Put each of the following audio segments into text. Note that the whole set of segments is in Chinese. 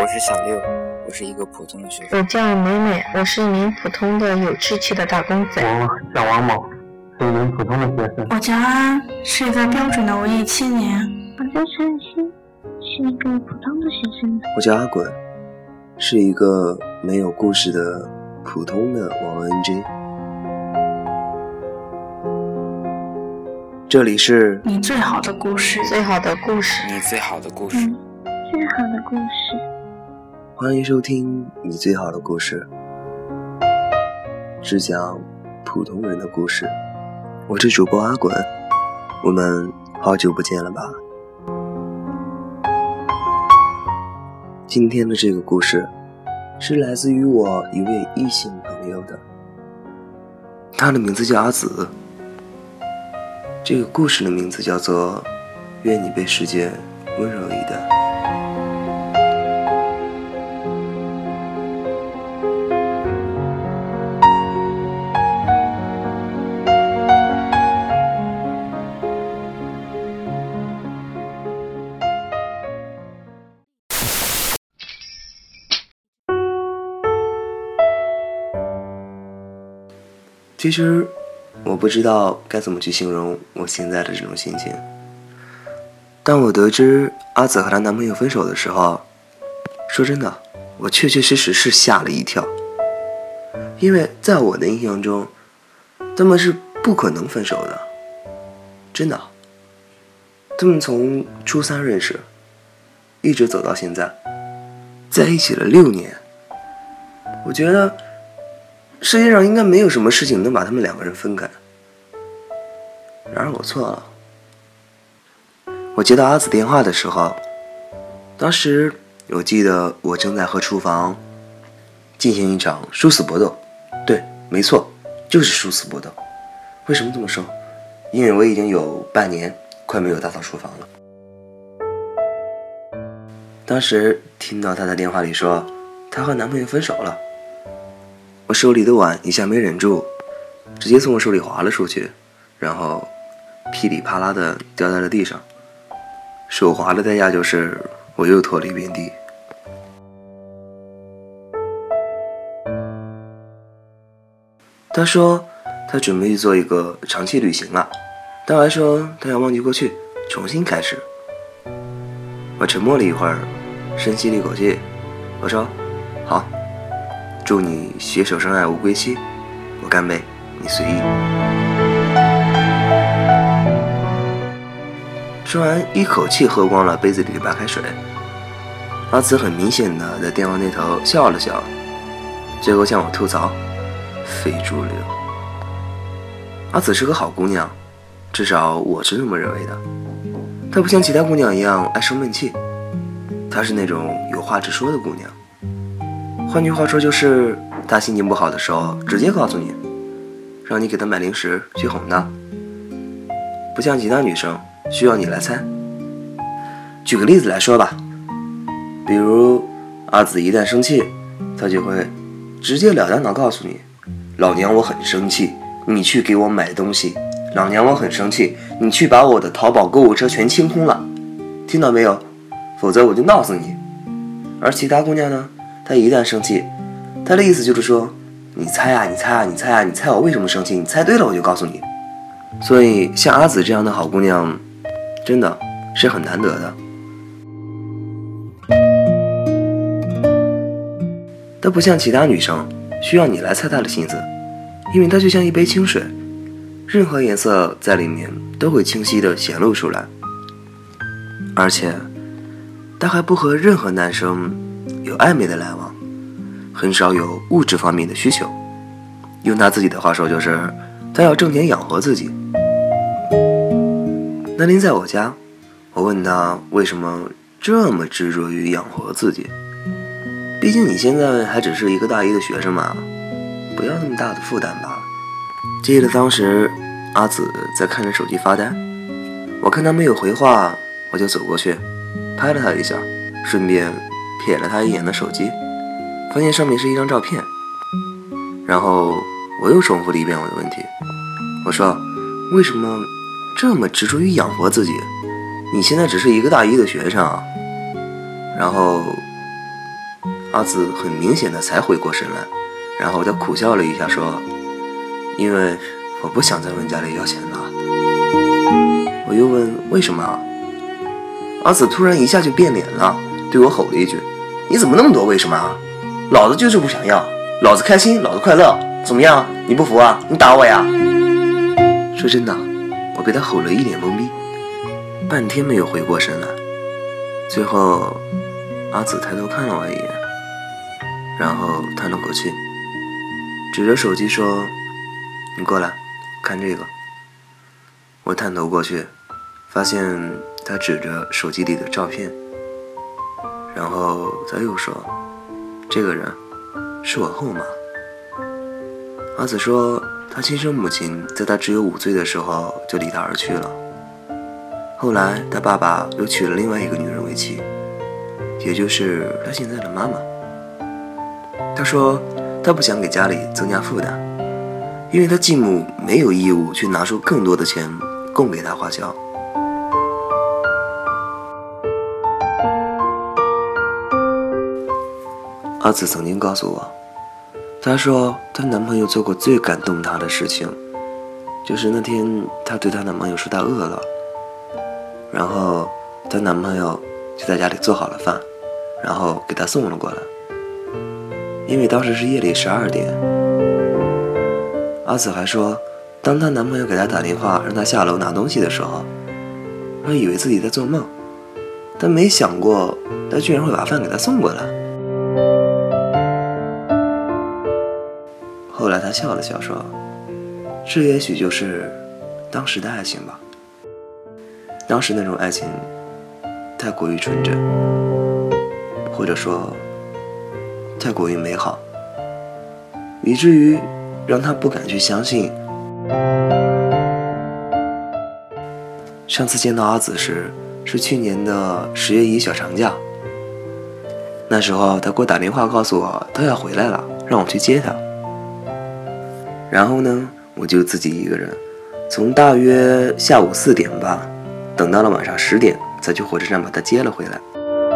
是小六，我是一个普通的学生。 我叫美美，我是一名普通的有志气的打工仔。 我叫王某，是一名普通的学生。 我叫安，是一个标准的文艺青年。 我叫陈曦，是一个普通的学生。 我叫阿滚，是一个没有故事的普通的网络 NG。这里是你最好的故事， 最好的故事， 你最好的故事， 最好的故事。 欢迎收听你最好的故事，只讲普通人的故事。我是主播阿滚，我们好久不见了吧？今天的这个故事是来自于我一位异性朋友的，他的名字叫阿紫。这个故事的名字叫做愿你被世界温柔以待。其实我不知道该怎么去形容我现在的这种心情。当我得知阿紫和她男朋友分手的时候，说真的，我确确实实是吓了一跳。因为在我的印象中，他们是不可能分手的，真的。他们从初三认识，一直走到现在，在一起了6年。我觉得世界上应该没有什么事情能把他们2个人分开。然而我错了。我接到阿紫电话的时候，当时我记得我正在和厨房进行一场殊死搏斗。对，没错，就是殊死搏斗。为什么这么说？因为我已经有半年快没有打扫厨房了。当时听到她在电话里说她和男朋友分手了，我手里的碗一下没忍住，直接从我手里滑了出去，然后噼里啪啦的掉在了地上。手滑的代价就是我又拖了一遍地。他说他准备去做一个长期旅行了，他还说他要忘记过去，重新开始。我沉默了一会儿，深吸了一口气，我说好，祝你携手相爱无归期，我干杯，你随意。说完一口气喝光了杯子里的白开水。阿紫很明显的在电话那头笑了笑，最后向我吐槽非主流。阿紫是个好姑娘，至少我是这么认为的。她不像其他姑娘一样爱生闷气，她是那种有话直说的姑娘。换句话说就是她心情不好的时候直接告诉你，让你给她买零食去哄她，不像其他女生需要你来猜。举个例子来说吧，比如阿紫一旦生气，她就会直截了当地告诉你，老娘我很生气，你去给我买东西，老娘我很生气，你去把我的淘宝购物车全清空了，听到没有？否则我就闹死你。而其他姑娘呢，她一旦生气，她的意思就是说，你猜啊，你猜啊，你猜啊，你猜我为什么生气，你猜对了我就告诉你。所以像阿紫这样的好姑娘真的是很难得的。她不像其他女生需要你来猜她的心思，因为她就像一杯清水，任何颜色在里面都会清晰地显露出来。而且她还不和任何男生有暧昧的来往，很少有物质方面的需求。用她自己的话说就是她要挣钱养活自己。那天在我家，我问她为什么这么执着于养活自己，毕竟你现在还只是一个大一的学生嘛，不要那么大的负担吧。记得当时阿紫在看着手机发呆，我看她没有回话，我就走过去拍了她一下，顺便瞥了她一眼的手机，发现上面是一张照片。然后我又重复了一遍我的问题，我说为什么这么执着于养活自己？你现在只是一个大一的学生啊。然后阿紫很明显的才回过神来，然后他苦笑了一下说，因为我不想再问家里要钱了。我又问为什么？阿紫突然一下就变脸了，对我吼了一句，你怎么那么多为什么啊？老子就是不想要，老子开心，老子快乐，怎么样？你不服啊？你打我呀？说真的，我被他吼了一脸懵逼，半天没有回过神来。最后阿紫抬头看了我一眼，然后叹了口气，指着手机说，你过来看这个。我探头过去，发现他指着手机里的照片，然后他又说，这个人是我后妈。阿紫说他亲生母亲在他只有5岁的时候就离他而去了，后来他爸爸又娶了另外一个女人为妻，也就是他现在的妈妈。他说他不想给家里增加负担，因为他继母没有义务去拿出更多的钱供给他花销。阿紫曾经告诉我，她说她男朋友做过最感动她的事情，就是那天她对她男朋友说她饿了，然后她男朋友就在家里做好了饭，然后给她送了过来。因为当时是夜里12点，阿紫还说，当她男朋友给她打电话让她下楼拿东西的时候，她以为自己在做梦，但没想过他居然会把饭给她送过来。后来他笑了笑说，这也许就是当时的爱情吧。当时那种爱情太过于纯真，或者说太过于美好，以至于让他不敢去相信。上次见到阿紫时是去年的10月1小长假，那时候他给我打电话告诉我他要回来了，让我去接他。然后呢，我就自己一个人从大约下午4点吧，等到了晚上10点才去火车站把他接了回来。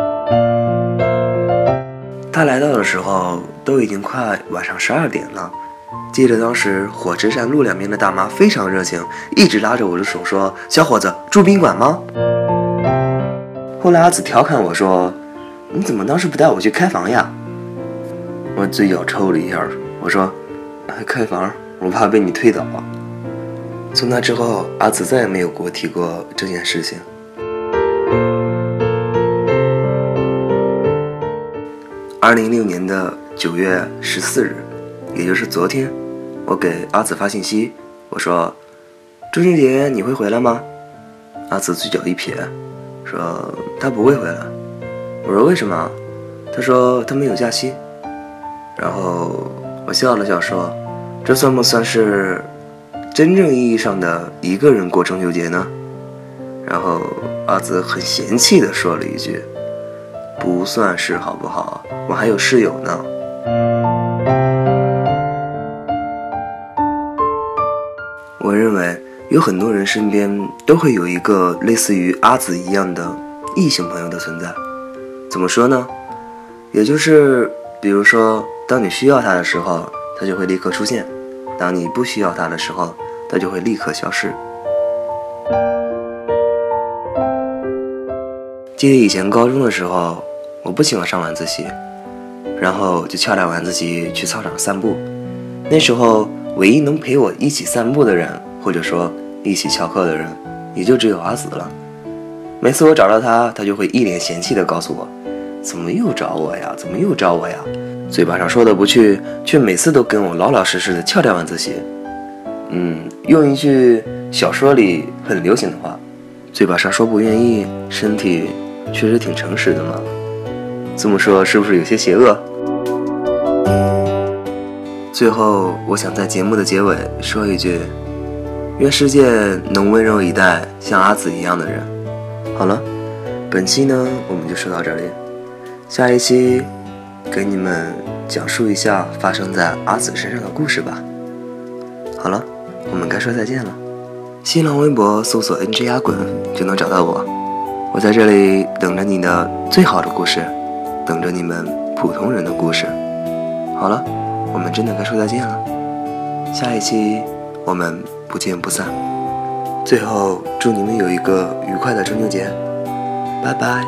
他来到的时候都已经快晚上12点了，记得当时火车站路两边的大妈非常热情，一直拉着我的手说，小伙子住宾馆吗？后来阿紫调侃我说，你怎么当时不带我去开房呀？我嘴角抽了一下，我说开房我怕被你推倒。从那之后阿紫再也没有给我提过这件事情。2016年的9月14日，也就是昨天，我给阿紫发信息，我说，中秋节你会回来吗？阿紫嘴角一撇，说他不会回来。我说为什么？他说他没有假期。然后我笑了笑说，这算不算是真正意义上的一个人过中秋节呢？然后阿紫很嫌弃地说了一句，不算是好不好？我还有室友呢。我认为有很多人身边都会有一个类似于阿紫一样的异性朋友的存在。怎么说呢？也就是比如说，当你需要他的时候，他就会立刻出现，当你不需要他的时候，他就会立刻消失。记得以前高中的时候，我不喜欢上晚自习，然后就翘掉晚自习去操场散步。那时候唯一能陪我一起散步的人，或者说一起翘课的人，也就只有阿紫了。每次我找到他，他就会一脸嫌弃地告诉我，怎么又找我呀，怎么又找我呀，嘴巴上说的不去，却每次都跟我老老实实的翘掉晚自习。用一句小说里很流行的话，嘴巴上说不愿意，身体确实挺诚实的嘛。这么说是不是有些邪恶？最后我想在节目的结尾说一句，愿世界能温柔以待像阿紫一样的人。好了，本期呢我们就说到这里，下一期给你们讲述一下发生在阿紫身上的故事吧。好了，我们该说再见了。新浪微博搜索 NJ 阿滚就能找到我，我在这里等着你的最好的故事，等着你们普通人的故事。好了，我们真的该说再见了，下一期我们不见不散。最后祝你们有一个愉快的中秋节，拜拜。